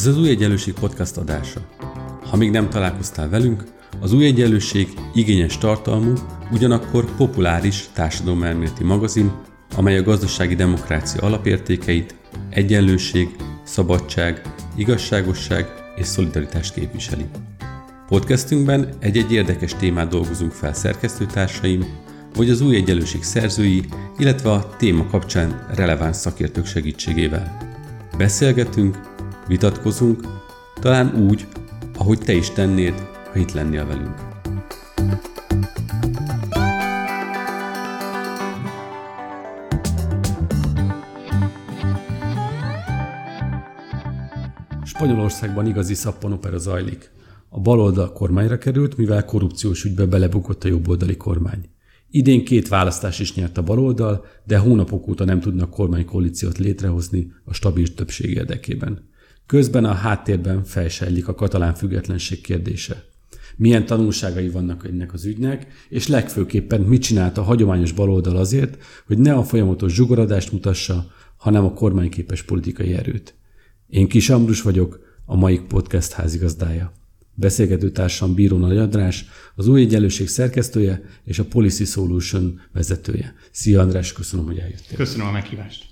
Ez az Új Egyenlőség podcast adása. Ha még nem találkoztál velünk, az Új Egyenlőség igényes tartalmú, ugyanakkor populáris társadalomelméleti magazin, amely a gazdasági demokrácia alapértékeit, egyenlőség, szabadság, igazságosság és szolidaritást képviseli. Podcastünkben egy-egy érdekes témát dolgozunk fel szerkesztőtársaim, vagy az Új Egyenlőség szerzői, illetve a téma kapcsán releváns szakértők segítségével. Beszélgetünk, vitatkozunk, talán úgy, ahogy te is tennéd, ha itt lennél velünk. Spanyolországban igazi szappanopera zajlik. A baloldal kormányra került, mivel korrupciós ügybe belebukott a jobboldali kormány. Idén 2 választás is nyert a baloldal, de hónapok óta nem tudnak kormánykoalíciót létrehozni a stabil többség érdekében. Közben a háttérben felsejlik a katalán függetlenség kérdése. Milyen tanulságai vannak ennek az ügynek, és legfőképpen mit csinált a hagyományos baloldal azért, hogy ne a folyamatos zsugorodást mutassa, hanem a kormányképes politikai erőt. Én Kis Ambrus vagyok, a mai podcast házigazdája. Beszélgetőtársam Bíró Nagy András, az Új Egyenlőség szerkesztője és a Policy Solution vezetője. Szia András, köszönöm, hogy eljöttél. Köszönöm a meghívást.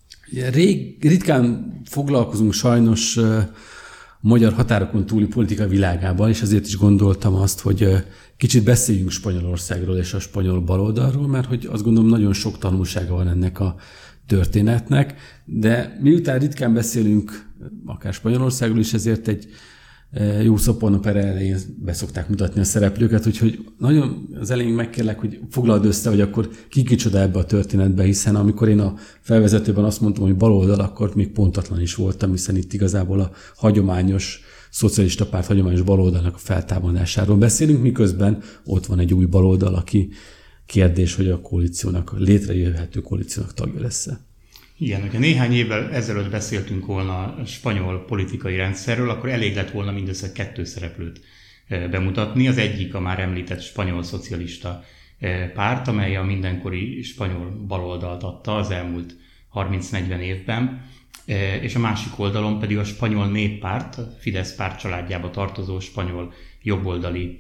Ritkán foglalkozunk sajnos magyar határokon túli politika világában, és ezért is gondoltam azt, hogy kicsit beszéljünk Spanyolországról és a spanyol baloldalról, mert hogy azt gondolom nagyon sok tanulsága van ennek a történetnek, de miután ritkán beszélünk akár Spanyolországról is, ezért egy jó szappanopera elején beszokták mutatni a szereplőket, úgyhogy nagyon az elején megkérlek, hogy foglald össze, hogy akkor kicsoda ebbe a történetbe, hiszen amikor én a felvezetőben azt mondtam, hogy baloldal, akkor még pontatlan is voltam, hiszen itt igazából a hagyományos szocialista párt hagyományos baloldalnak a feltámadásáról beszélünk, miközben ott van egy új baloldal, aki kérdés, hogy a koalíciónak, a létrejöhető koalíciónak tagja lesz-e. Igen, hogyha néhány évvel ezelőtt beszéltünk volna a spanyol politikai rendszerről, akkor elég lett volna mindössze 2 szereplőt bemutatni. Az egyik a már említett spanyol szocialista párt, amely a mindenkori spanyol baloldalt adta az elmúlt 30-40 évben, és a másik oldalon pedig a spanyol néppárt, a Fidesz párt családjába tartozó spanyol jobboldali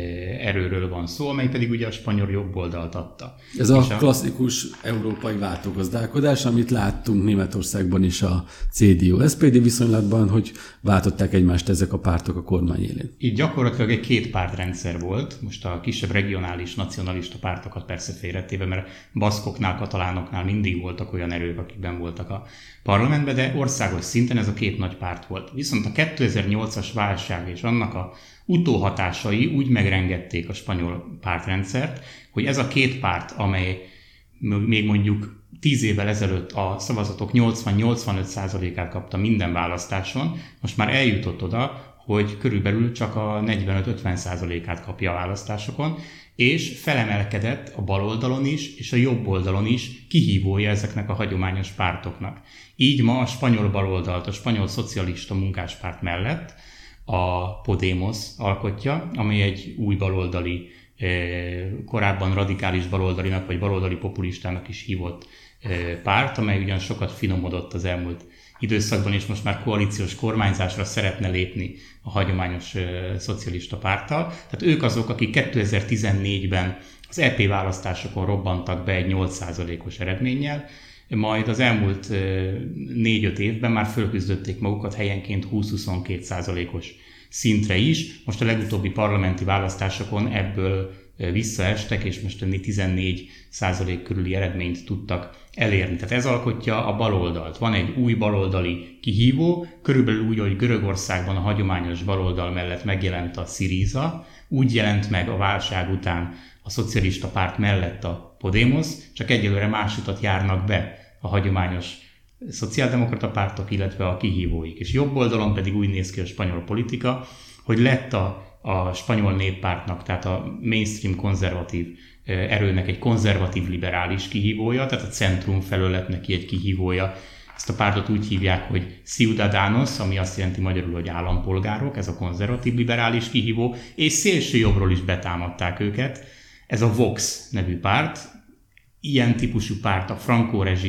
erőről van szó, amely pedig ugye a spanyol jobboldalt adta. Ez a klasszikus európai váltógazdálkodás, amit láttunk Németországban is a CDU-SPD viszonylatban, hogy váltották egymást ezek a pártok a kormány élén. Itt gyakorlatilag egy 2 pártrendszer volt, most a kisebb regionális, nacionalista pártokat persze félretéve, mert baszkoknál, katalánoknál mindig voltak olyan erők, akik benn voltak a parlamentben, de országos szinten ez a 2 nagy párt volt. Viszont a 2008-as válság és annak a utóhatásai úgy megrengették a spanyol pártrendszert, hogy ez a 2 párt, amely még mondjuk 10 évvel ezelőtt a szavazatok 80-85%-át kapta minden választáson, most már eljutott oda, hogy körülbelül csak a 45-50%-át kapja a választásokon, és felemelkedett a bal oldalon is, és a jobb oldalon is kihívója ezeknek a hagyományos pártoknak. Így ma a spanyol baloldalt, a spanyol szocialista munkáspárt mellett a Podemos alkotja, amely egy új baloldali, korábban radikális baloldalinak vagy baloldali populistának is hívott párt, amely ugyan sokat finomodott az elmúlt időszakban, és most már koalíciós kormányzásra szeretne lépni a hagyományos szocialista párttal. Tehát ők azok, akik 2014-ben az EP választásokon robbantak be egy 8%-os eredménnyel, majd az elmúlt 4-5 évben már fölküzdötték magukat helyenként 20-22%-os szintre is. Most a legutóbbi parlamenti választásokon ebből visszaestek, és most 14% körüli eredményt tudtak elérni. Tehát ez alkotja a baloldalt. Van egy új baloldali kihívó, körülbelül úgy, hogy Görögországban a hagyományos baloldal mellett megjelent a Syriza, úgy jelent meg a válság után a szocialista párt mellett a Podemos, csak egyelőre más utat járnak be a hagyományos szociáldemokrata pártok, illetve a kihívóik. És jobb oldalon pedig úgy néz ki a spanyol politika, hogy lett a spanyol néppártnak, tehát a mainstream konzervatív erőnek egy konzervatív liberális kihívója, tehát a centrum felől lett neki egy kihívója. Ezt a pártot úgy hívják, hogy Ciudadanos, ami azt jelenti magyarul, hogy állampolgárok, ez a konzervatív liberális kihívó, és szélső jobbról is betámadták őket. Ez a Vox nevű párt, ilyen típusú párt a Franco rezsim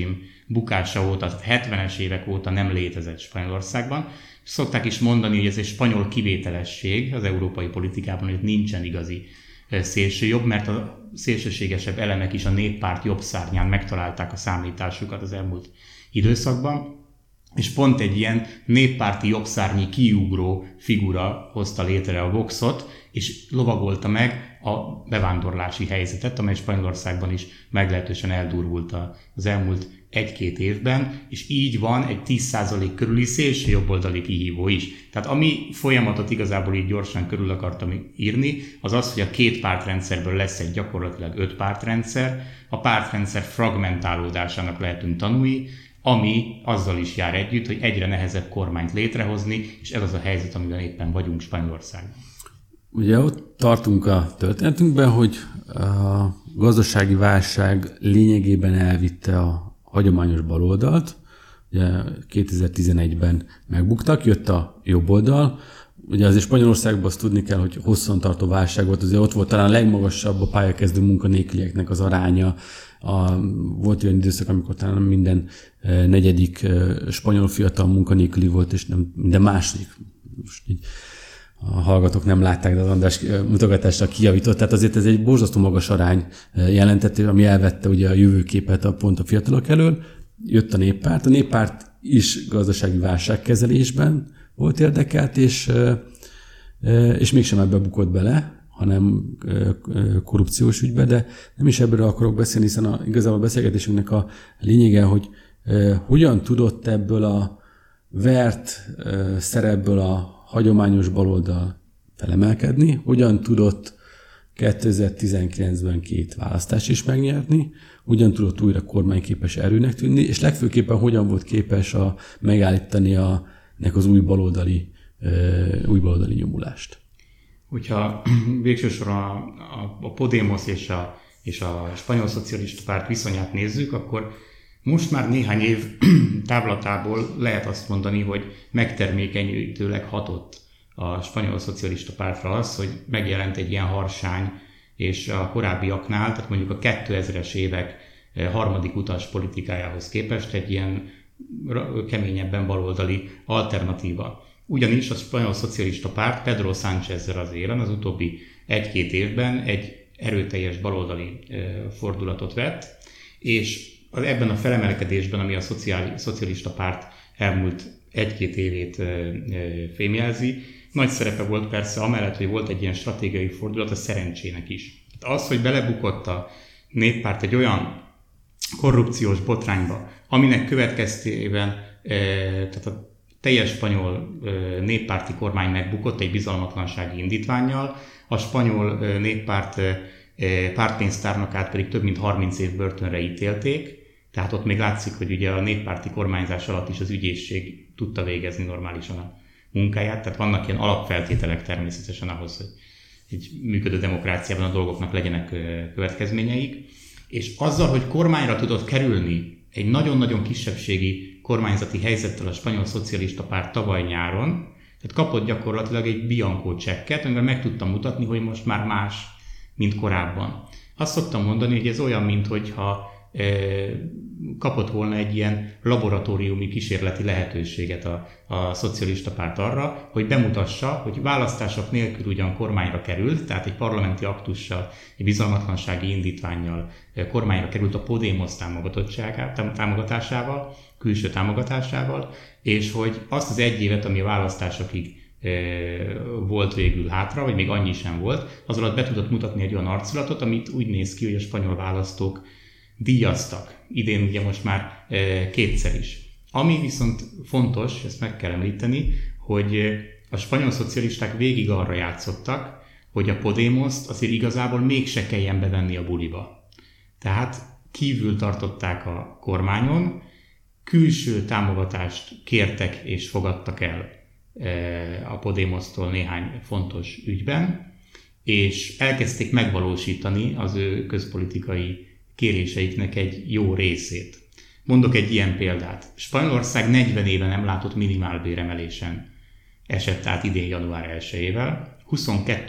bukása óta, tehát 70-es évek óta nem létezett Spanyolországban. Szokták is mondani, hogy ez egy spanyol kivételesség az európai politikában, hogy nincsen igazi szélsőjobb, mert a szélsőségesebb elemek is a néppárt jobb szárnyán megtalálták a számításukat az elmúlt időszakban, és pont egy ilyen néppárti jobbszárnyi kiugró figura hozta létre a Voxot, és lovagolta meg a bevándorlási helyzetet, amely Spanyolországban is meglehetősen eldurvult az elmúlt 1-2 évben, és így van egy 10% körüli szélső jobboldali kihívó is. Tehát ami folyamatot igazából így gyorsan körül akartam írni, az az, hogy a 2 pártrendszerből lesz egy gyakorlatilag 5 pártrendszer, a pártrendszer fragmentálódásának lehetünk tanúi, ami azzal is jár együtt, hogy egyre nehezebb kormányt létrehozni, és ez az a helyzet, amiben éppen vagyunk Spanyolországban. Ugye ott tartunk a történetünkben, hogy a gazdasági válság lényegében elvitte a hagyományos baloldalt. Ugye 2011-ben megbuktak, jött a jobb oldal. Ugye azért Spanyolországban azt tudni kell, hogy hosszantartó válság volt, azért ott volt talán a legmagasabb a pályakezdő munkanélkülieknek az aránya. Volt olyan időszak, amikor talán minden negyedik spanyol fiatal munkanélküli volt, és nem minden második. Most így a hallgatók nem látták, de az András mutogatásra kijavított. Tehát azért ez egy borzasztó magas arány jelentető, ami elvette ugye a jövőképet pont a fiatalok elől. Jött a néppárt. A néppárt is gazdasági válságkezelésben volt érdekelt, és mégsem ebbe bukott bele, hanem korrupciós ügybe, de nem is ebből akarok beszélni, hiszen igazából a beszélgetésünknek a lényege, hogy hogyan tudott ebből a vert szerepből a hagyományos baloldal felemelkedni, hogyan tudott 2019-ben 2 választást is megnyerni, hogyan tudott újra kormányképes erőnek tűnni, és legfőképpen hogyan volt képes megállítani ennek az új baloldali nyomulást. Hogyha végső soron a Podemos és a Spanyol Szocialista Párt viszonyát nézzük, akkor most már néhány év távlatából lehet azt mondani, hogy megtermékenyítőleg hatott a Spanyol Szocialista Pártra az, hogy megjelent egy ilyen harsány, és a korábbiaknál, tehát mondjuk a 2000-es évek harmadik utas politikájához képest egy ilyen keményebben baloldali alternatíva. Ugyanis a Spanyol Szocialista Párt Pedro Sánchezzel az élen az utóbbi 1-2 évben egy erőteljes baloldali fordulatot vett, és ebben a felemelkedésben, ami a szocialista párt elmúlt 1-2 évét fémjelzi, nagy szerepe volt persze amellett, hogy volt egy ilyen stratégiai fordulat a szerencsének is. Az, hogy belebukott a néppárt egy olyan korrupciós botrányba, aminek következtében tehát a teljes spanyol néppárti kormány megbukott egy bizalmatlansági indítvánnyal, a spanyol néppárt pártpénztárnokát pedig több mint 30 év börtönre ítélték, tehát ott még látszik, hogy ugye a néppárti kormányzás alatt is az ügyészség tudta végezni normálisan a munkáját, tehát vannak ilyen alapfeltételek természetesen ahhoz, hogy egy működő demokráciában a dolgoknak legyenek következményeik, és azzal, hogy kormányra tudott kerülni egy nagyon-nagyon kisebbségi kormányzati helyzettel a Spanyol Szocialista Párt tavaly nyáron, tehát kapott gyakorlatilag egy bianco csekket, amivel meg tudtam mutatni, hogy most már más, mint korábban. Azt szoktam mondani, hogy ez olyan, mintha kapott volna egy ilyen laboratóriumi kísérleti lehetőséget a szocialista párt arra, hogy bemutassa, hogy választások nélkül ugyan kormányra került, tehát egy parlamenti aktussal, egy bizalmatlansági indítvánnyal kormányra került a Podemos támogatásával, külső támogatásával, és hogy azt az 1 évet, ami a választásokig volt végül hátra, vagy még annyi sem volt, az alatt be tudott mutatni egy olyan arculatot, amit úgy néz ki, hogy a spanyol választók díjaztak. Idén ugye most már 2-szer is. Ami viszont fontos, ezt meg kell említeni, hogy a spanyol szocialisták végig arra játszottak, hogy a Podemoszt azért igazából mégse kelljen bevenni a buliba. Tehát kívül tartották a kormányon, külső támogatást kértek és fogadtak el a Podemosztól néhány fontos ügyben, és elkezdték megvalósítani az ő közpolitikai kéréseiknek egy jó részét. Mondok egy ilyen példát. Spanyolország 40 éve nem látott minimálbéremelésen esett át idén január 1-ével.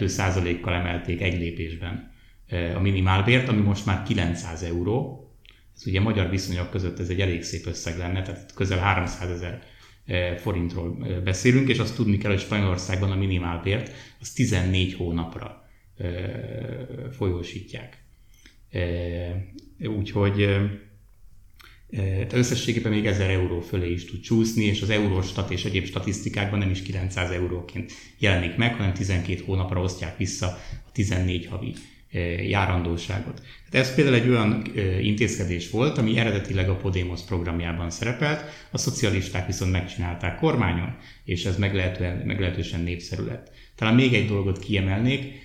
22%-kal emelték egy lépésben a minimálbért, ami most már 900 euró. Ez ugye magyar viszonyok között ez egy elég szép összeg lenne, tehát közel 300 000 forintról beszélünk, és azt tudni kell, hogy Spanyolországban a minimálbért az 14 hónapra folyósítják. Úgyhogy összességében még 1000 euró fölé is tud csúszni, és az Eurostat és egyéb statisztikákban nem is 900 euróként jelenik meg, hanem 12 hónapra osztják vissza a 14 havi járandóságot. Tehát ez például egy olyan intézkedés volt, ami eredetileg a Podemos programjában szerepelt, a szocialisták viszont megcsinálták kormányon, és ez meglehetősen népszerű lett. Talán még egy dolgot kiemelnék,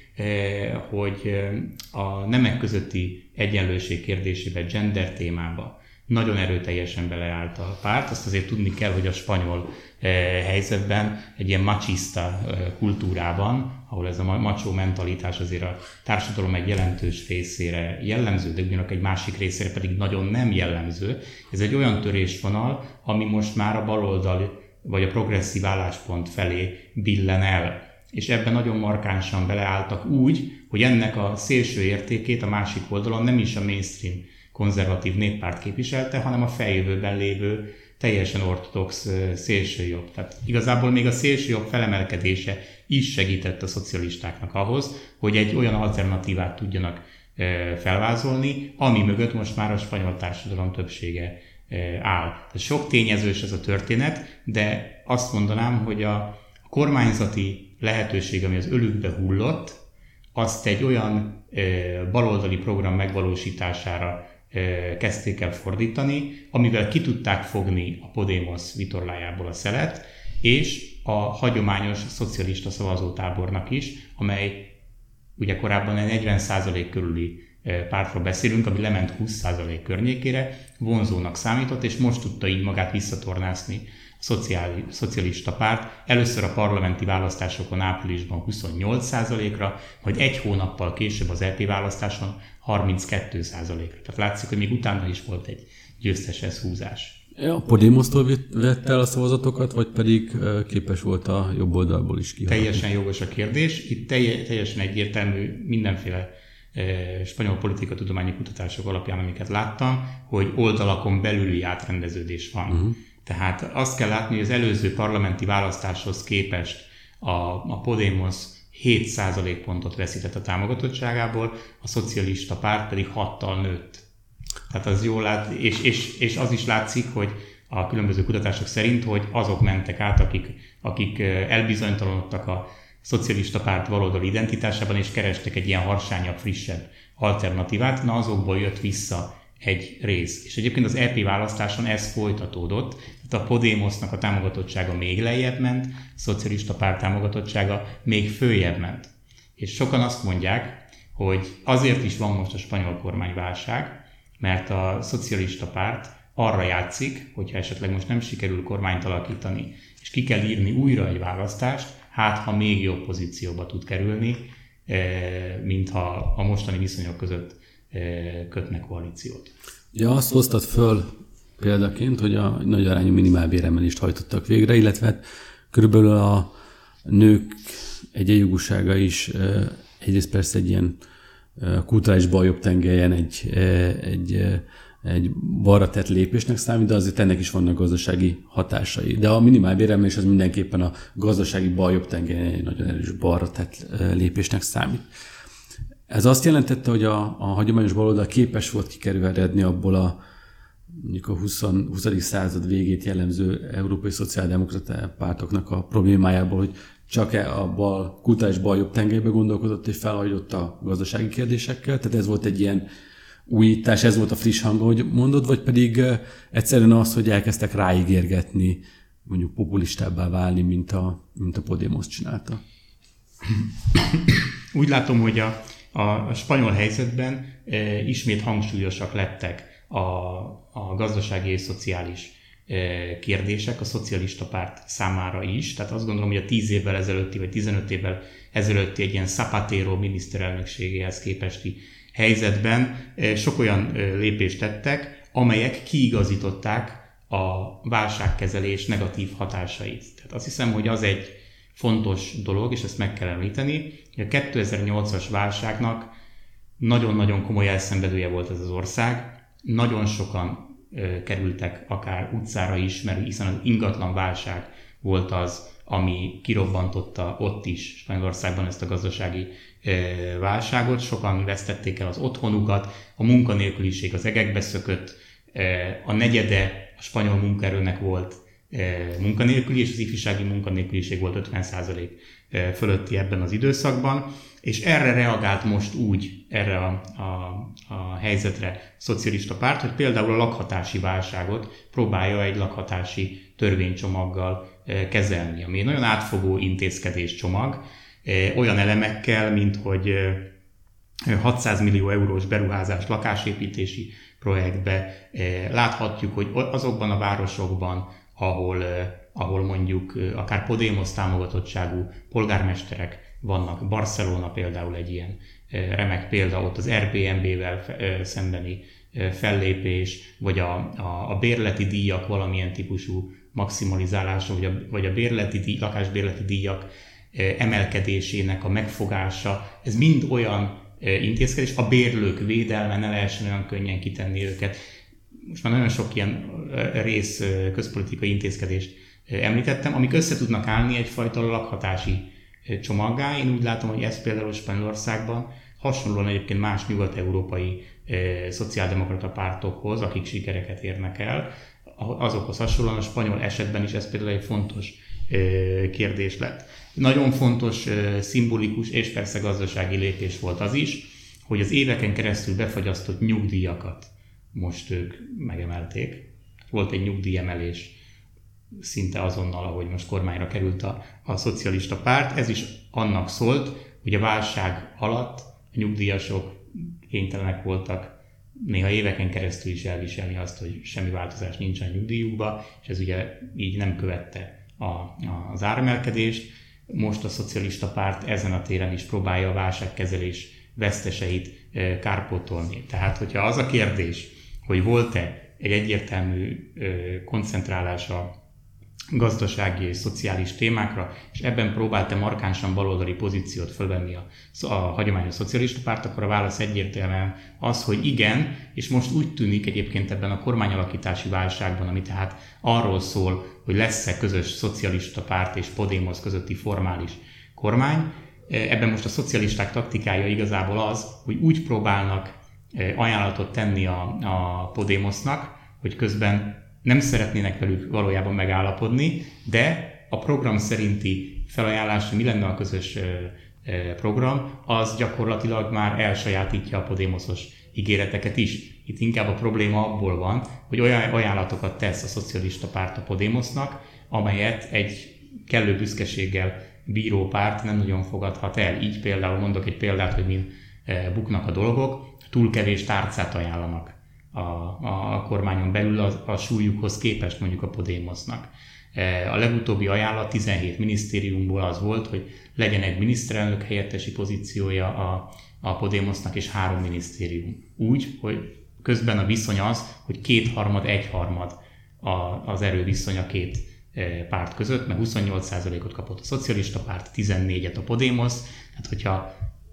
hogy a nemek közötti egyenlőség kérdésébe, gender témába nagyon erőteljesen beleállt a párt. Azt azért tudni kell, hogy a spanyol helyzetben egy ilyen machista kultúrában, ahol ez a macho mentalitás azért a társadalom egy jelentős részére jellemző, de ugyanakkor egy másik részére pedig nagyon nem jellemző. Ez egy olyan törésvonal, ami most már a baloldal vagy a progresszív álláspont felé billen el. És ebben nagyon markánsan beleálltak úgy, hogy ennek a szélső értékét a másik oldalon nem is a mainstream konzervatív néppárt képviselte, hanem a feljövőben lévő teljesen ortodox szélsőjobb. Tehát igazából még a szélsőjobb felemelkedése is segített a szocialistáknak ahhoz, hogy egy olyan alternatívát tudjanak felvázolni, ami mögött most már a spanyol társadalom többsége áll. Tehát sok tényezős ez a történet, de azt mondanám, hogy a kormányzati lehetőség, ami az ölükbe hullott, azt egy olyan baloldali program megvalósítására kezdték el fordítani, amivel ki tudták fogni a Podemos vitorlájából a szelet, és a hagyományos szocialista szavazótábornak is, amely ugye korábban egy 40% körüli pártról beszélünk, ami lement 20% környékére, vonzónak számított, és most tudta így magát visszatornászni a szocialista párt. Először a parlamenti választásokon áprilisban 28%-ra, majd egy hónappal később az EP választáson 32%-ra. Tehát látszik, hogy még utána is volt egy győztes húzás. A Podemos-tól vette el a szavazatokat, vagy pedig képes volt a jobb oldalból is kihatni? Teljesen jogos a kérdés. Itt teljesen egyértelmű mindenféle spanyol politikatudományi kutatások alapján, amiket láttam, hogy oldalakon belüli átrendeződés van. Uh-huh. Tehát azt kell látni, hogy az előző parlamenti választáshoz képest a Podemos 7% pontot veszített a támogatottságából, a szocialista párt pedig 6-tal nőtt. Tehát az jól lát, és az is látszik, hogy a különböző kutatások szerint, hogy azok mentek át, akik elbizonytalanodtak a szocialista párt baloldali identitásában, és kerestek egy ilyen harsányabb, frissebb alternatívát, na azokból jött vissza egy rész. És egyébként az EP választáson ez folytatódott, tehát a Podemosnak a támogatottsága még lejjebb ment, a szocialista párt támogatottsága még följebb ment. És sokan azt mondják, hogy azért is van most a spanyol kormányválság, mert a szocialista párt arra játszik, hogyha esetleg most nem sikerül kormányt alakítani, és ki kell írni újra egy választást, hát ha még jobb pozícióba tud kerülni, mint ha a mostani viszonyok között kötnek koalíciót. Ja, azt hoztad föl példaként, hogy a nagy arányú minimálbéremelést hajtottak végre, illetve körülbelül a nők egyenjogúsága is egyrészt persze egy ilyen kulturális baljobb tengelyen egy balra tett lépésnek számít, de azért ennek is vannak gazdasági hatásai. De a minimálbéremelés az mindenképpen a gazdasági baljobb tengelyen egy nagyon erős balra tett lépésnek számít. Ez azt jelentette, hogy a hagyományos baloldal képes volt kikerülni abból mondjuk a 20. század végét jellemző európai szociáldemokrata pártoknak a problémájából, hogy csak a kulturális baljobb tengelybe gondolkodott és felhagyott a gazdasági kérdésekkel. Tehát ez volt egy ilyen újítás, ez volt a friss hang, ahogy mondod, vagy pedig egyszerűen az, hogy elkezdtek ráígérgetni, mondjuk populistábbá válni, mint a Podemos csinálta. Úgy látom, hogy a spanyol helyzetben ismét hangsúlyosak lettek a gazdasági és szociális kérdések a szocialista párt számára is. Tehát azt gondolom, hogy a 10 évvel ezelőtti, vagy 15 évvel ezelőtti egy ilyen Zapatero miniszterelnökségéhez képesti helyzetben sok olyan lépést tettek, amelyek kiigazították a válságkezelés negatív hatásait. Tehát azt hiszem, hogy az egy fontos dolog, és ezt meg kell említeni, hogy a 2008-as válságnak nagyon-nagyon komoly elszenvedője volt ez az ország. nagyon sokan kerültek akár utcára is, mert hiszen az ingatlan válság volt az, ami kirobbantotta ott is Spanyolországban ezt a gazdasági válságot. Sokan vesztették el az otthonukat, a munkanélküliség az egekbe szökött, a negyede a spanyol munkaerőnek volt munkanélküli, és az ifjúsági munkanélküliség volt 50% fölötti ebben az időszakban, és erre reagált most úgy, erre a helyzetre a szocialista párt, hogy például a lakhatási válságot próbálja egy lakhatási törvénycsomaggal kezelni, ami egy nagyon átfogó intézkedéscsomag, olyan elemekkel, mint hogy 600 millió eurós beruházás lakásépítési projektbe. Láthatjuk, hogy azokban a városokban, ahol mondjuk akár Podemos támogatottságú polgármesterek vannak, Barcelona például egy ilyen remek példa, ott az Airbnb-vel szembeni fellépés, vagy a bérleti díjak valamilyen típusú maximalizálása, vagy a lakásbérleti díjak emelkedésének a megfogása, ez mind olyan intézkedés, a bérlők védelme, ne lehessen olyan könnyen kitenni őket. Most már nagyon sok ilyen rész közpolitikai intézkedést említettem, amik össze tudnak állni egyfajta lakhatási csomaggá. Én úgy látom, hogy ez például Spanyolországban hasonlóan egyébként más nyugat-európai szociáldemokrata pártokhoz, akik sikereket érnek el, azokhoz hasonlóan a spanyol esetben is ez például egy fontos kérdés lett. Nagyon fontos, szimbolikus és persze gazdasági lépés volt az is, hogy az éveken keresztül befagyasztott nyugdíjakat most ők megemelték. Volt egy nyugdíjemelés szinte azonnal, ahogy most kormányra került a szocialista párt. Ez is annak szólt, hogy a válság alatt a nyugdíjasok kénytelenek voltak néha éveken keresztül is elviselni azt, hogy semmi változás nincsen nyugdíjukba, és ez ugye így nem követte az áremelkedést. Most a szocialista párt ezen a téren is próbálja a válságkezelés veszteseit kárpótolni. Tehát, hogyha az a kérdés, hogy volt-e egy egyértelmű koncentrálás a gazdasági és szociális témákra, és ebben próbálta markánsan baloldali pozíciót fölvenni a hagyományos szocialista párt, akkor a válasz egyértelműen az, hogy igen, és most úgy tűnik egyébként ebben a kormányalakítási válságban, ami tehát arról szól, hogy lesz-e közös szocialista párt és Podemos közötti formális kormány, ebben most a szocialisták taktikája igazából az, hogy úgy próbálnak ajánlatot tenni a Podemosnak, hogy közben nem szeretnének velük valójában megállapodni, de a program szerinti felajánlás, mi lenne a közös program, az gyakorlatilag már elsajátítja a Podemosos ígéreteket is. Itt inkább a probléma abból van, hogy olyan ajánlatokat tesz a szocialista párt a Podemosnak, amelyet egy kellő büszkeséggel bíró párt nem nagyon fogadhat el. Így például mondok egy példát, hogy min buknak a dolgok, túl kevés tárcát ajánlanak a kormányon belül a súlyukhoz képest mondjuk a Podemosnak. A legutóbbi ajánlat 17 minisztériumból az volt, hogy legyen egy miniszterelnök helyettesi pozíciója a Podemosnak és 3 minisztérium. Úgy, hogy közben a viszony az, hogy 2/3-1/3 az erőviszony a két párt között, mert 28%-ot kapott a szocialista párt, 14-et a Podemos, tehát hogyha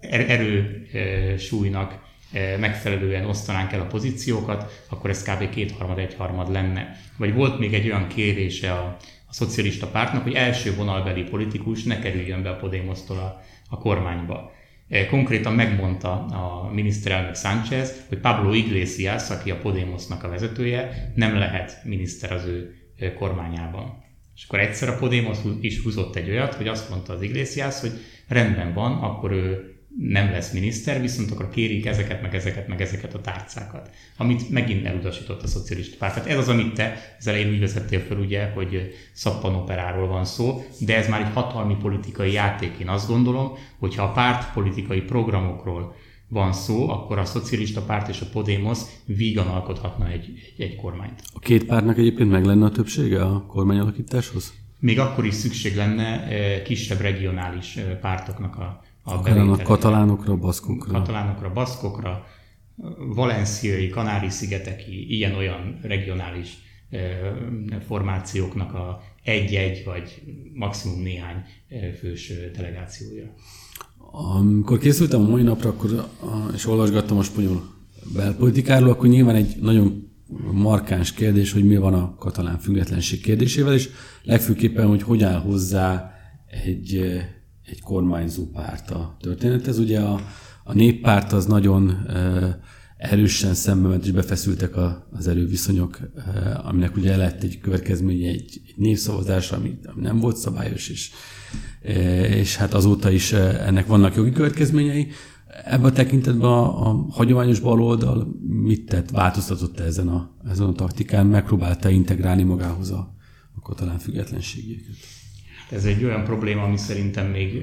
erősúlynak megfelelően osztanánk el a pozíciókat, akkor ez kb. 2/3-1/3 lenne. Vagy volt még egy olyan kérése a szocialista pártnak, hogy első vonalbeli politikus ne kerüljön be a Podemostól a kormányba. Konkrétan megmondta a miniszterelnök Sánchez, hogy Pablo Iglesias, aki a Podemosnak a vezetője, nem lehet miniszter az ő kormányában. És akkor egyszer a Podemos is húzott egy olyat, hogy azt mondta az Iglesias, hogy rendben van, akkor ő nem lesz miniszter, viszont akkor kérik ezeket a tárcákat, amit megint elutasított a szocialista párt. Tehát ez az, amit te az elején úgy vezettél fel, ugye, hogy szappanoperáról van szó, de ez már egy hatalmi politikai játék. Én azt gondolom, hogyha a pártpolitikai programokról van szó, akkor a szocialista párt és a Podemos vígan alkothatna egy kormányt. A két pártnak egyébként meg lenne a többsége a kormányalakításhoz? Még akkor is szükség lenne kisebb regionális pártoknak a katalánokra, baszkokra. Katalánokra, baszkokra, valenciai, kanári-szigeteki, ilyen-olyan regionális formációknak a egy-egy vagy maximum néhány fős delegációja. Amikor készültem a mai napra, és olvasgattam a spanyol belpolitikáról, akkor nyilván egy nagyon markáns kérdés, hogy mi van a katalán függetlenség kérdésével, és legfőképpen, hogy hogy áll hozzá egy kormányzó párt a történethez. Ugye a néppárt az nagyon erősen szembe ment, és befeszültek az erőviszonyok, aminek ugye lett egy következménye, egy népszavazás, ami nem volt szabályos, és hát azóta is ennek vannak jogi következményei. Ebben a tekintetben a hagyományos baloldal mit tett, változtatott ezen a taktikán, megpróbálta integrálni magához a katalán függetlenségeket? Ez egy olyan probléma, ami szerintem még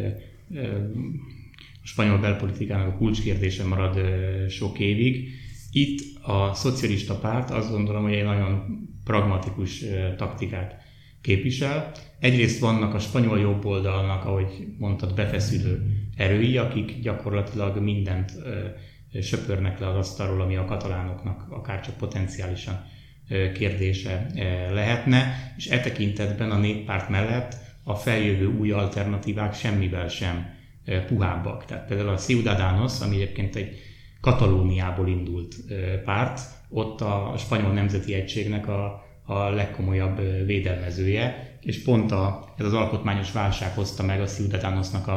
a spanyol belpolitikának a kulcskérdése marad sok évig. Itt a szocialista párt azt gondolom, hogy egy nagyon pragmatikus taktikát képvisel. Egyrészt vannak a spanyol jobboldalnak, ahogy mondtad, befeszülő erői, akik gyakorlatilag mindent söpörnek le az asztalról, ami a katalánoknak akár csak potenciálisan kérdése lehetne, és e tekintetben a néppárt mellett a feljövő új alternatívák semmivel sem puhábbak. Tehát például a Ciudadanos, ami egyébként egy Katalóniából indult párt, ott a spanyol nemzeti egységnek a legkomolyabb védelmezője, és pont ez az alkotmányos válság hozta meg a Ciudadanosnak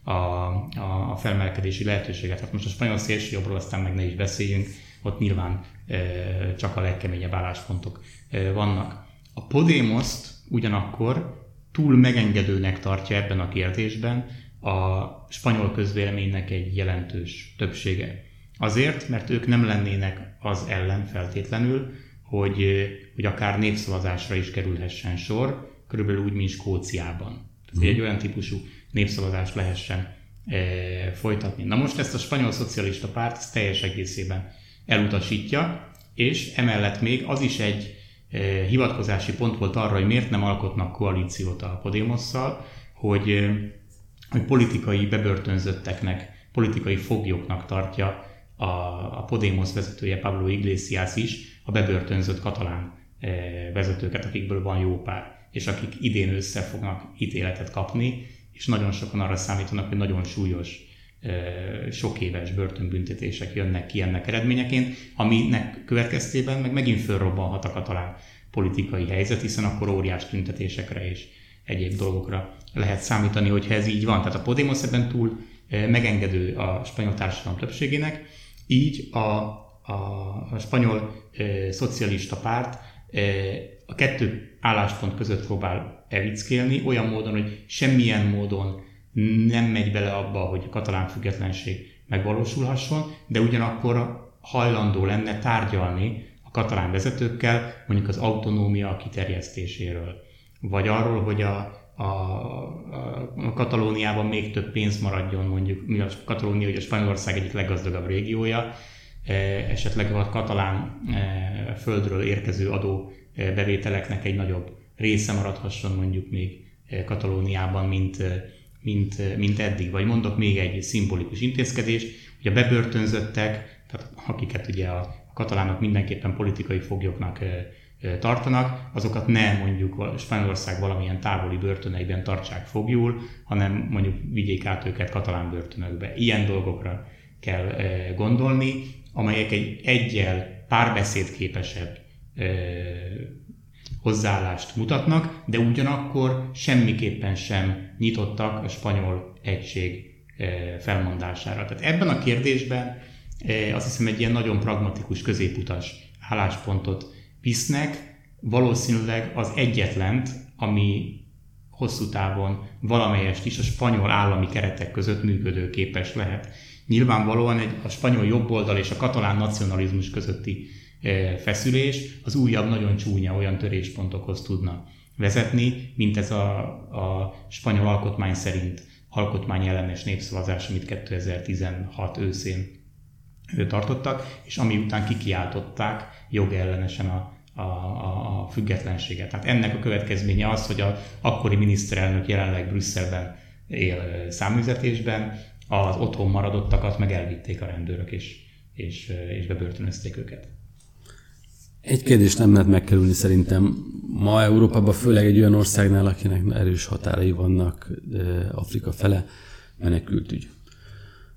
a felmelkedési lehetőséget. Hát most a spanyol szélsőjobbról aztán meg ne is beszéljünk, ott nyilván csak a legkeményebb álláspontok vannak. A Podemoszt ugyanakkor túl megengedőnek tartja ebben a kérdésben a spanyol közvéleménynek egy jelentős többsége. Azért, mert ők nem lennének az ellen feltétlenül, hogy akár népszavazásra is kerülhessen sor, körülbelül úgy, mint Skóciában. Tehát egy olyan típusú népszavazást lehessen folytatni. Na most ezt a spanyol szocialista párt teljes egészében elutasítja, és emellett még az is egy hivatkozási pont volt arra, hogy miért nem alkotnak koalíciót a Podemosszal, hogy politikai bebörtönzötteknek, politikai foglyoknak tartja a Podemos vezetője, Pablo Iglesias is a bebörtönzött katalán vezetőket, akikből van jó pár, és akik idén össze fognak ítéletet kapni, és nagyon sokan arra számítanak, hogy nagyon súlyos, sok éves börtönbüntetések jönnek ki ennek eredményeként, aminek következtében meg megint fölrobbanhat a katalán politikai helyzet, hiszen akkor óriás tüntetésekre és egyéb dolgokra lehet számítani, hogyha ez így van. Tehát a Podemos ebben túl megengedő a spanyol társadalom többségének, így a spanyol szocialista párt a kettő álláspont között próbál evickélni, olyan módon, hogy semmilyen módon nem megy bele abba, hogy a katalán függetlenség megvalósulhasson, de ugyanakkor hajlandó lenne tárgyalni a katalán vezetőkkel, mondjuk az autonómia kiterjesztéséről, vagy arról, hogy a Katalóniában még több pénz maradjon, mondjuk, mi a Katalónia, ugye a Spanyolország egyik leggazdagabb régiója, esetleg a katalán földről érkező adóbevételeknek egy nagyobb része maradhasson mondjuk még Katalóniában, mint eddig. Vagy mondok még egy szimbolikus intézkedést, hogy a bebörtönzöttek, tehát akiket ugye a katalánok mindenképpen politikai foglyoknak tartanak, azokat ne mondjuk a Spanyolország valamilyen távoli börtöneiben tartsák foglyul, hanem mondjuk vigyék át őket katalán börtönökbe. Ilyen dolgokra kell gondolni, amelyek egy egyel párbeszédképesebb hozzáállást mutatnak, de ugyanakkor semmiképpen sem nyitottak a spanyol egység felmondására. Tehát ebben a kérdésben azt hiszem egy ilyen nagyon pragmatikus, középutas álláspontot visznek, valószínűleg az egyetlent, ami hosszú távon valamelyest is a spanyol állami keretek között működőképes lehet. Nyilvánvalóan a spanyol jobboldal és a katalán nacionalizmus közötti feszülés az újabb, nagyon csúnya olyan töréspontokhoz tudna vezetni, mint ez a spanyol alkotmány szerint alkotmányellenes népszavazás, amit 2016 őszén tartottak, és ami után kikiáltották jogellenesen a függetlenséget. Tehát ennek a következménye az, hogy az akkori miniszterelnök jelenleg Brüsszelben él száműzetésben, az otthon maradottakat meg elvitték a rendőrök, és bebörtönözték őket. Egy kérdést nem lehet megkerülni szerintem. Ma Európában, főleg egy olyan országnál, akinek erős határai vannak Afrika fele, menekültügy.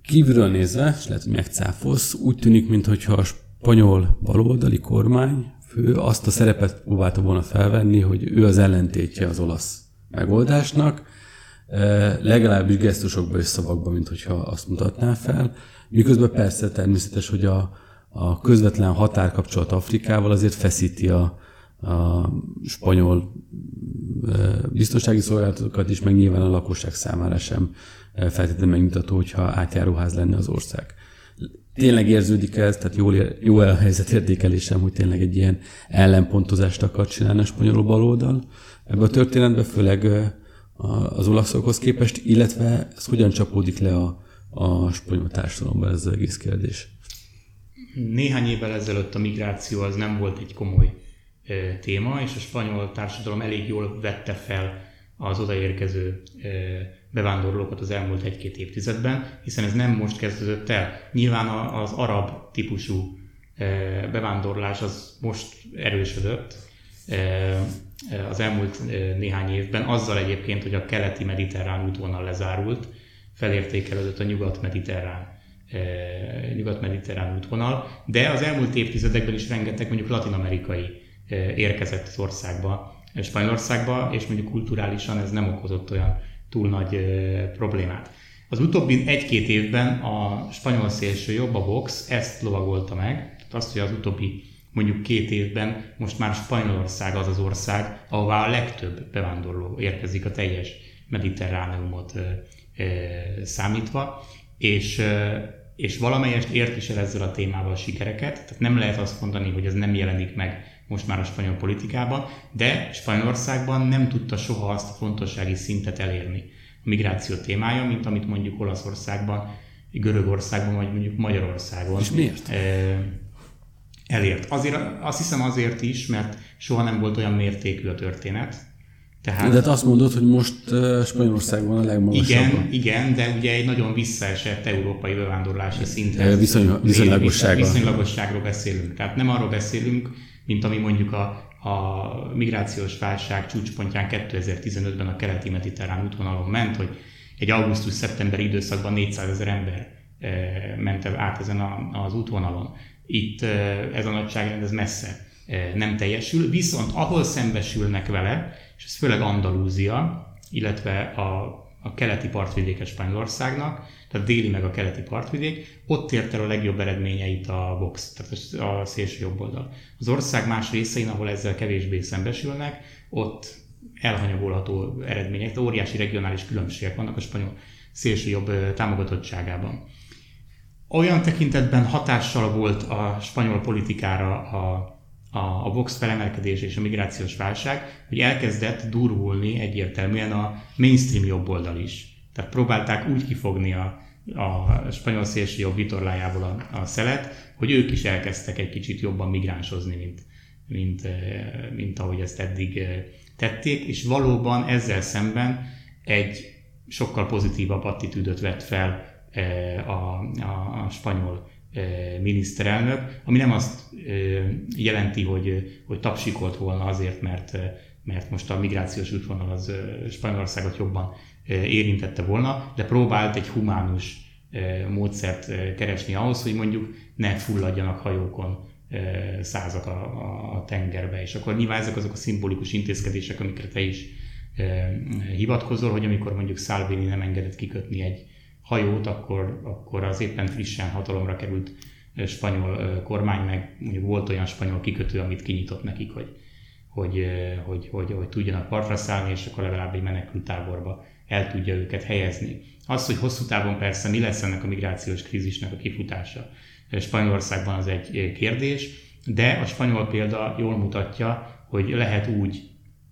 Kívülről nézve, és lehet, hogy megcáfolsz, úgy tűnik, mintha a spanyol baloldali kormány fő azt a szerepet próbálta volna felvenni, hogy ő az ellentétje az olasz megoldásnak, legalábbis gesztusokban és szavakban, mint hogyha azt mutatná fel. Miközben persze természetes, hogy a közvetlen határkapcsolat Afrikával azért feszíti a spanyol biztonsági szolgálatokat is, meg nyilván a lakosság számára sem feltétlenül megnyugtató, hogyha átjáróház lenne az ország. Tényleg érződik ez, tehát jó a helyzetértékelésem, hogy tényleg egy ilyen ellenpontozást akar csinálni a spanyol baloldal ebbe a történetbe, főleg az olaszokhoz képest, illetve ez hogyan csapódik le a spanyol társadalomban ez az egész kérdés? Néhány évvel ezelőtt a migráció az nem volt egy komoly téma, és a spanyol társadalom elég jól vette fel az odaérkező bevándorlókat az elmúlt 1-2 évtizedben, hiszen ez nem most kezdődött el. Nyilván az arab típusú bevándorlás az most erősödött az elmúlt néhány évben, azzal egyébként, hogy a keleti mediterrán útvonal lezárult, felértékelődött a nyugat-mediterrán útvonal, de az elmúlt évtizedekben is rengeteg mondjuk latin-amerikai érkezett az országba, Spanyolországba, és mondjuk kulturálisan ez nem okozott olyan túl nagy problémát. Az utóbbi 1-2 évben a spanyol szélsőjobb, a Vox ezt lovagolta meg, tehát azt, hogy az utóbbi mondjuk 2 évben most már Spanyolország az az ország, ahová a legtöbb bevándorló érkezik a teljes mediterráneumot számítva, és valamelyest ért is el ezzel a témával sikereket, tehát nem lehet azt mondani, hogy ez nem jelenik meg most már a spanyol politikában, de Spanyolországban nem tudta soha azt a fontossági szintet elérni a migráció témája, mint amit mondjuk Olaszországban, Görögországban, vagy mondjuk Magyarországon. És miért? Elért. Azt hiszem azért is, mert soha nem volt olyan mértékű a történet. Tehát... De azt mondod, hogy most Spanyolországban a legmagasabb. Igen, de ugye egy nagyon visszaesett európai bevándorlási szintre. Viszonylagosságról beszélünk. Tehát nem arról beszélünk, mint ami mondjuk a migrációs válság csúcspontján 2015-ben a keleti mediterrán útvonalon ment, hogy egy augusztus-szeptemberi időszakban 400 000 ember ment át ezen az útvonalon. Itt ez a nagyságrend ez messze nem teljesül, viszont ahol szembesülnek vele, és ez főleg Andalúzia, illetve a keleti partvidéke Spanyolországnak, tehát déli meg a keleti partvidék, ott ért el a legjobb eredményeit a Vox, tehát a szélső jobb oldal. Az ország más részein, ahol ezzel kevésbé szembesülnek, ott elhanyagolható eredmények, óriási regionális különbségek vannak a spanyol szélső jobb támogatottságában. Olyan tekintetben hatással volt a spanyol politikára a Vox felemelkedés és a migrációs válság, hogy elkezdett durvulni egyértelműen a mainstream jobboldal is. Tehát próbálták úgy kifogni a spanyol szélsőjobb vitorlájából a szelet, hogy ők is elkezdtek egy kicsit jobban migránsozni, mint ahogy ezt eddig tették, és valóban ezzel szemben egy sokkal pozitívabb attitűdöt vett fel a spanyol miniszterelnök, ami nem azt jelenti, hogy tapsikolt volna azért, mert most a migrációs útvonal az Spanyolországot jobban érintette volna, de próbált egy humánus módszert keresni ahhoz, hogy mondjuk ne fulladjanak hajókon százak a tengerbe. És akkor nyilván ezek azok a szimbolikus intézkedések, amikre te is hivatkozol, hogy amikor mondjuk Salvini nem engedett kikötni egy hajót, akkor az éppen frissen hatalomra került spanyol kormány, meg mondjuk volt olyan spanyol kikötő, amit kinyitott nekik, hogy tudjanak partra szállni, és akkor legalább egy menekülttáborba el tudja őket helyezni. Az, hogy hosszú távon persze mi lesz ennek a migrációs krízisnek a kifutása Spanyolországban, az egy kérdés, de a spanyol példa jól mutatja, hogy lehet úgy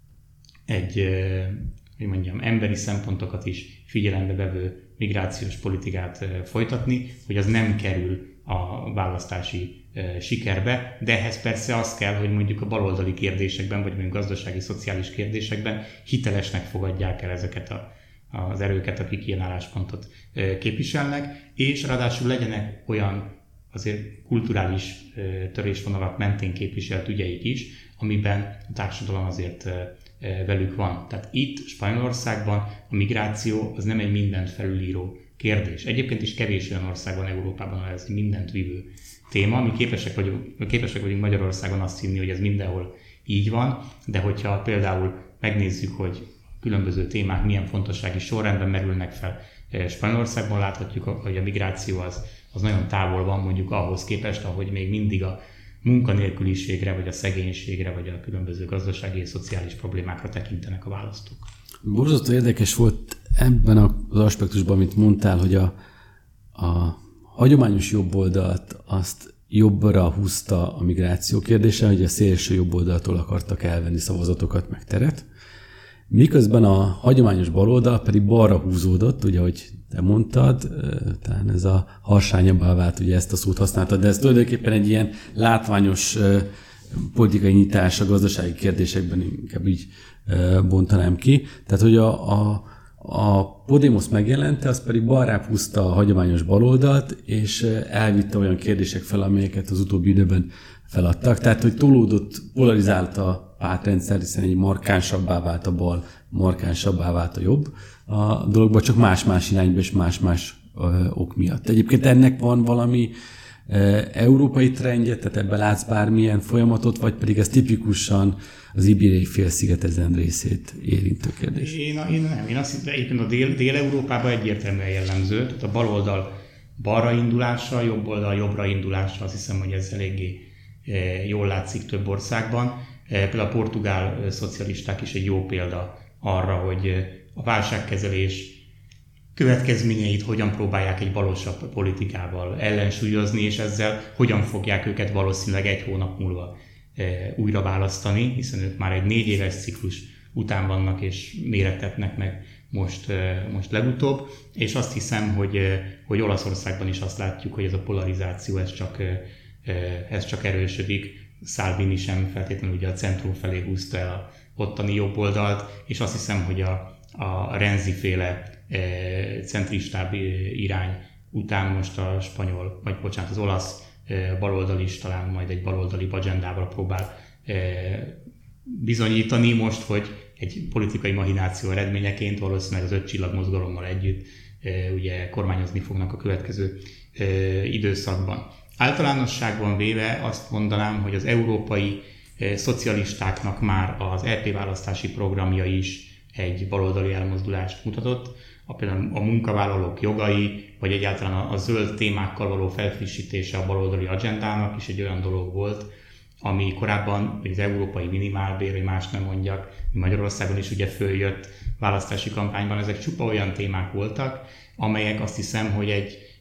emberi szempontokat is figyelembe vevő migrációs politikát folytatni, hogy az nem kerül a választási sikerbe, de ehhez persze az kell, hogy mondjuk a baloldali kérdésekben, vagy mondjuk gazdasági, szociális kérdésekben hitelesnek fogadják el ezeket az erőket, akik ilyen álláspontot képviselnek, és ráadásul legyenek olyan azért kulturális törésvonalak mentén képviselt ügyeik is, amiben a társadalom azért velük van. Tehát itt Spanyolországban a migráció az nem egy mindent felülíró kérdés. Egyébként is kevés olyan ország van Európában, ahol ez mindent vívő téma. Mi képesek vagyunk Magyarországon azt hinni, hogy ez mindenhol így van, de hogyha például megnézzük, hogy különböző témák milyen fontossági sorrendben merülnek fel Spanyolországban, láthatjuk, hogy a migráció az nagyon távol van mondjuk ahhoz képest, ahogy még mindig a munkanélküliségre, vagy a szegénységre, vagy a különböző gazdasági és szociális problémákra tekintenek a választók. Borzasztó érdekes volt ebben az aspektusban, amit mondtál, hogy a hagyományos jobboldalt azt jobbra húzta a migráció kérdése, hogy a szélső jobboldaltól akartak elvenni szavazatokat, meg teret. Miközben a hagyományos baloldal pedig balra húzódott, ugye, ahogy te mondtad, talán ez a harsányabbá vált, ugye ezt a szót használtad, de ez tulajdonképpen egy ilyen látványos politikai nyitás a gazdasági kérdésekben, inkább így bontanám ki. Tehát, hogy a Podemos megjelente, az pedig balrább húzta a hagyományos baloldalt, és elvitte olyan kérdések fel, amelyeket az utóbbi időben feladtak. Tehát, hogy tolódott, polarizált a pártrendszer, hiszen egy markánsabbá vált a bal, markánsabbá vált a jobb a dologban, csak más-más irányba és más-más ok miatt. Egyébként ennek van valami európai trendje, tehát ebben látsz bármilyen folyamatot, vagy pedig ez tipikusan az Ibériai félsziget ezen részét érintő kérdés? Én azt hiszem, egyébként a Dél-Európában egyértelműen jellemző, tehát a baloldal balra indulása, jobb oldal jobbra indulása, azt hiszem, hogy ez eléggé jól látszik több országban. Például a portugál szocialisták is egy jó példa arra, hogy a válságkezelés következményeit hogyan próbálják egy balosabb politikával ellensúlyozni, és ezzel hogyan fogják őket valószínűleg egy hónap múlva újra választani, hiszen ők már egy 4 éves ciklus után vannak és mérettetnek meg most legutóbb, és azt hiszem, hogy Olaszországban is azt látjuk, hogy ez a polarizáció ez csak erősödik. Salvini sem feltétlenül ugye a centrum felé húzta el a ottani jobb oldalt, és azt hiszem, hogy a Renzi-féle centristább irány után most az olasz baloldal is talán majd egy baloldali agendával próbál bizonyítani most, hogy egy politikai machináció eredményeként valószínűleg az 5 csillag mozgalommal együtt ugye kormányozni fognak a következő időszakban. Általánosságban véve azt mondanám, hogy az európai szocialistáknak már az EP választási programja is egy baloldali elmozdulást mutatott, például a munkavállalók jogai, vagy egyáltalán a zöld témákkal való felfrissítése a baloldali agendának is egy olyan dolog volt, ami korábban az európai minimálbér, hogy más nem mondjak, Magyarországon is ugye följött választási kampányban, ezek csupa olyan témák voltak, amelyek azt hiszem, hogy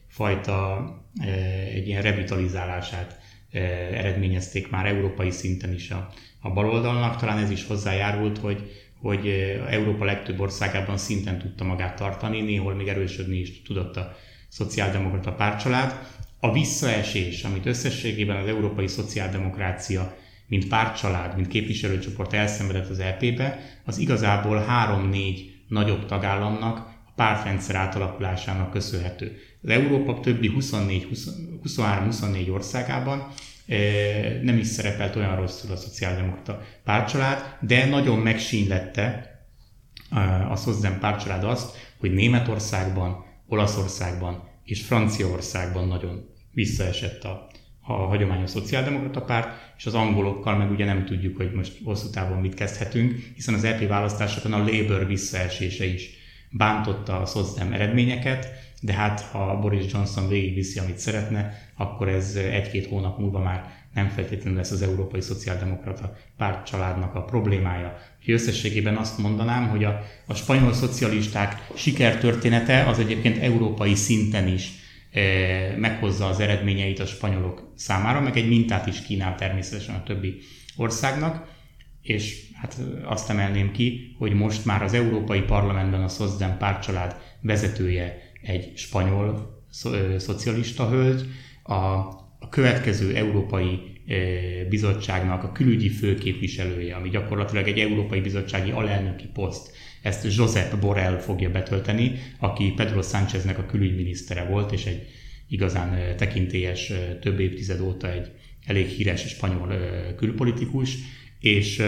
egy ilyen revitalizálását eredményezték már európai szinten is a baloldalnak. Talán ez is hozzájárult, hogy Európa legtöbb országában szinten tudta magát tartani, néhol még erősödni is tudott a szociáldemokrata pártcsalád. A visszaesés, amit összességében az európai szociáldemokrácia, mint pártcsalád, mint képviselőcsoport elszenvedett az EP-be, az igazából 3-4 nagyobb tagállamnak a pártrendszer átalakulásának köszönhető. Az Európa többi 23-24 országában nem is szerepelt olyan rosszul a szociáldemokrata pártcsalád, de nagyon megsínylette a SZOSZDEM pártcsalád azt, hogy Németországban, Olaszországban és Franciaországban nagyon visszaesett a hagyományos szociáldemokrata párt, és az angolokkal meg ugye nem tudjuk, hogy most hosszú távon mit kezdhetünk, hiszen az EP választásokon a Labour visszaesése is bántotta a SZOSZDEM eredményeket, de hát ha Boris Johnson végigviszi, amit szeretne, akkor ez 1-2 hónap múlva már nem feltétlenül lesz az európai szociáldemokrata pártcsaládnak a problémája. Úgyhogy összességében azt mondanám, hogy a spanyol szocialisták sikertörténete az egyébként európai szinten is meghozza az eredményeit a spanyolok számára, meg egy mintát is kínál természetesen a többi országnak, és hát azt emelném ki, hogy most már az Európai Parlamentben a SZOSZDEM pártcsalád vezetője egy spanyol szocialista hölgy, a következő Európai Bizottságnak a külügyi főképviselője, ami gyakorlatilag egy Európai Bizottsági alelnöki poszt, ezt Josep Borrell fogja betölteni, aki Pedro Sáncheznek a külügyminisztere volt, és egy igazán tekintélyes, több évtized óta egy elég híres spanyol külpolitikus, és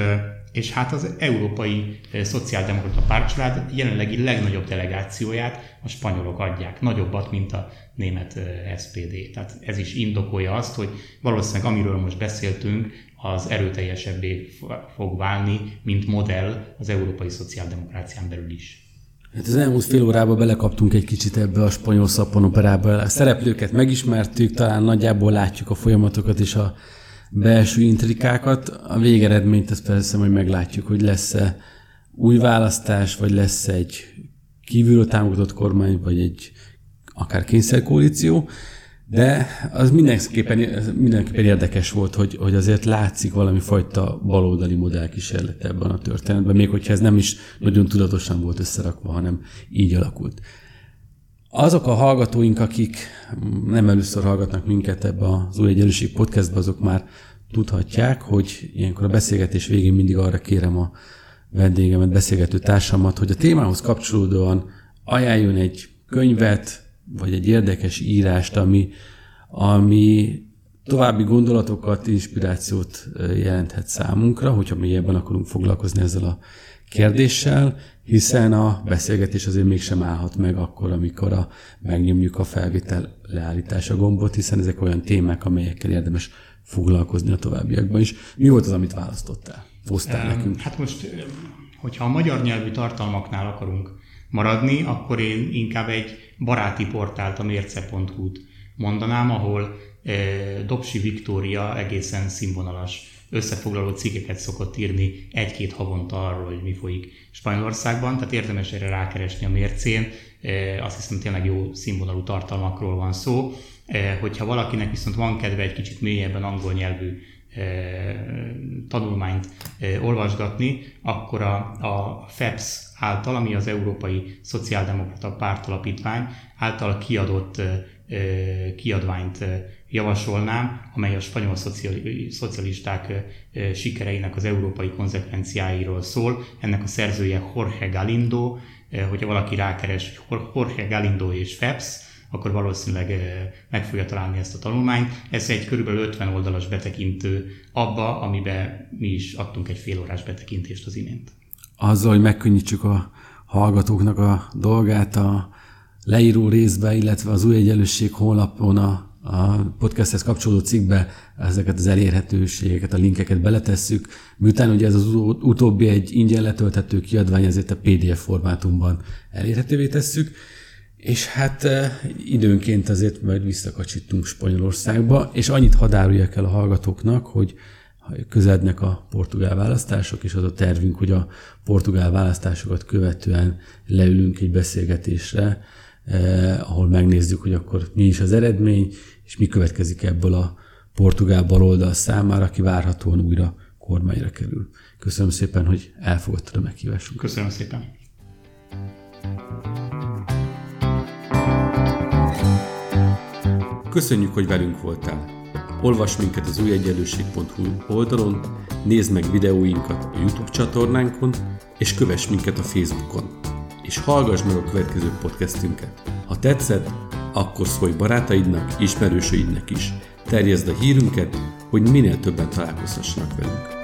És hát az európai szociáldemokrata pártcsalád jelenlegi legnagyobb delegációját a spanyolok adják, nagyobbat, mint a német SPD. Tehát ez is indokolja azt, hogy valószínűleg amiről most beszéltünk, az erőteljesebbé fog válni, mint modell az európai szociáldemokrácián belül is. Hát az elmúlt fél órában belekaptunk egy kicsit ebbe a spanyol szappanoperába. A szereplőket megismertük, talán nagyjából látjuk a folyamatokat és a belső intrikákat. A végeredményt ezt persze majd meglátjuk, hogy lesz-e új választás, vagy lesz egy kívülről támogatott kormány, vagy egy akár kényszerkoalíció. De az mindenképpen érdekes volt, hogy azért látszik valami fajta baloldali modellkísérlet ebben a történetben, még hogyha ez nem is nagyon tudatosan volt összerakva, hanem így alakult. Azok a hallgatóink, akik nem először hallgatnak minket ebbe az Új Egyenlőség podcastba, azok már tudhatják, hogy ilyenkor a beszélgetés végén mindig arra kérem a vendégemet, beszélgető társamat, hogy a témához kapcsolódóan ajánljon egy könyvet, vagy egy érdekes írást, ami további gondolatokat, inspirációt jelenthet számunkra, hogyha mélyebben akarunk foglalkozni ezzel a kérdéssel, hiszen a beszélgetés azért mégsem állhat meg akkor, amikor megnyomjuk a felvétel leállítása gombot, hiszen ezek olyan témák, amelyekkel érdemes foglalkozni a továbbiakban is. Mi volt az, amit választottál? Hoztál nekünk? Hát most, hogyha a magyar nyelvű tartalmaknál akarunk maradni, akkor én inkább egy baráti portált, a mérce.hu-t mondanám, ahol Dobsi Viktória egészen színvonalas összefoglaló cikkeket szokott írni egy-két havonta arról, hogy mi folyik Spanyolországban, tehát érdemes erre rákeresni a mércén, azt hiszem tényleg jó színvonalú tartalmakról van szó. Hogyha valakinek viszont van kedve egy kicsit mélyebben angol nyelvű tanulmányt olvasgatni, akkor a FEPS által, ami az Európai Szociáldemokrata Pártalapítvány által kiadott kiadványt javasolnám, amely a spanyol szocialisták sikereinek az európai konzekvenciáiról szól. Ennek a szerzője Jorge Galindo, hogyha valaki rákeres Jorge Galindo és FEPS, akkor valószínűleg meg fogja találni ezt a tanulmányt. Ez egy körülbelül 50 oldalas betekintő abba, amiben mi is adtunk egy félórás betekintést az imént. Azzal, hogy megkönnyítsük a hallgatóknak a dolgát a leíró részbe, illetve az Új Egyenlőség honlapon a podcasthez kapcsolódó cikkbe ezeket az elérhetőségeket, a linkeket beletesszük. Miután ugye ez az utóbbi egy ingyen letölthető kiadvány, ezért a PDF formátumban elérhetővé tesszük. És hát időnként azért majd visszakacsítunk Spanyolországba, és annyit hadd áruljak el a hallgatóknak, hogy közelednek a portugál választások, és az a tervünk, hogy a portugál választásokat követően leülünk egy beszélgetésre, ahol megnézzük, hogy akkor mi is az eredmény, és mi következik ebből a portugál baloldal számára, aki várhatóan újra kormányra kerül. Köszönöm szépen, hogy elfogadtad a meghívásunkat. Köszönöm szépen. Köszönjük, hogy velünk voltál! Olvasd minket az újegyenlőség.hu oldalon, nézd meg videóinkat a YouTube csatornánkon, és kövess minket a Facebookon. És hallgass meg a következő podcastünket. Ha tetszett, akkor szólj barátaidnak, ismerősöidnek is. Terjeszd a hírünket, hogy minél többen találkozhassanak velünk.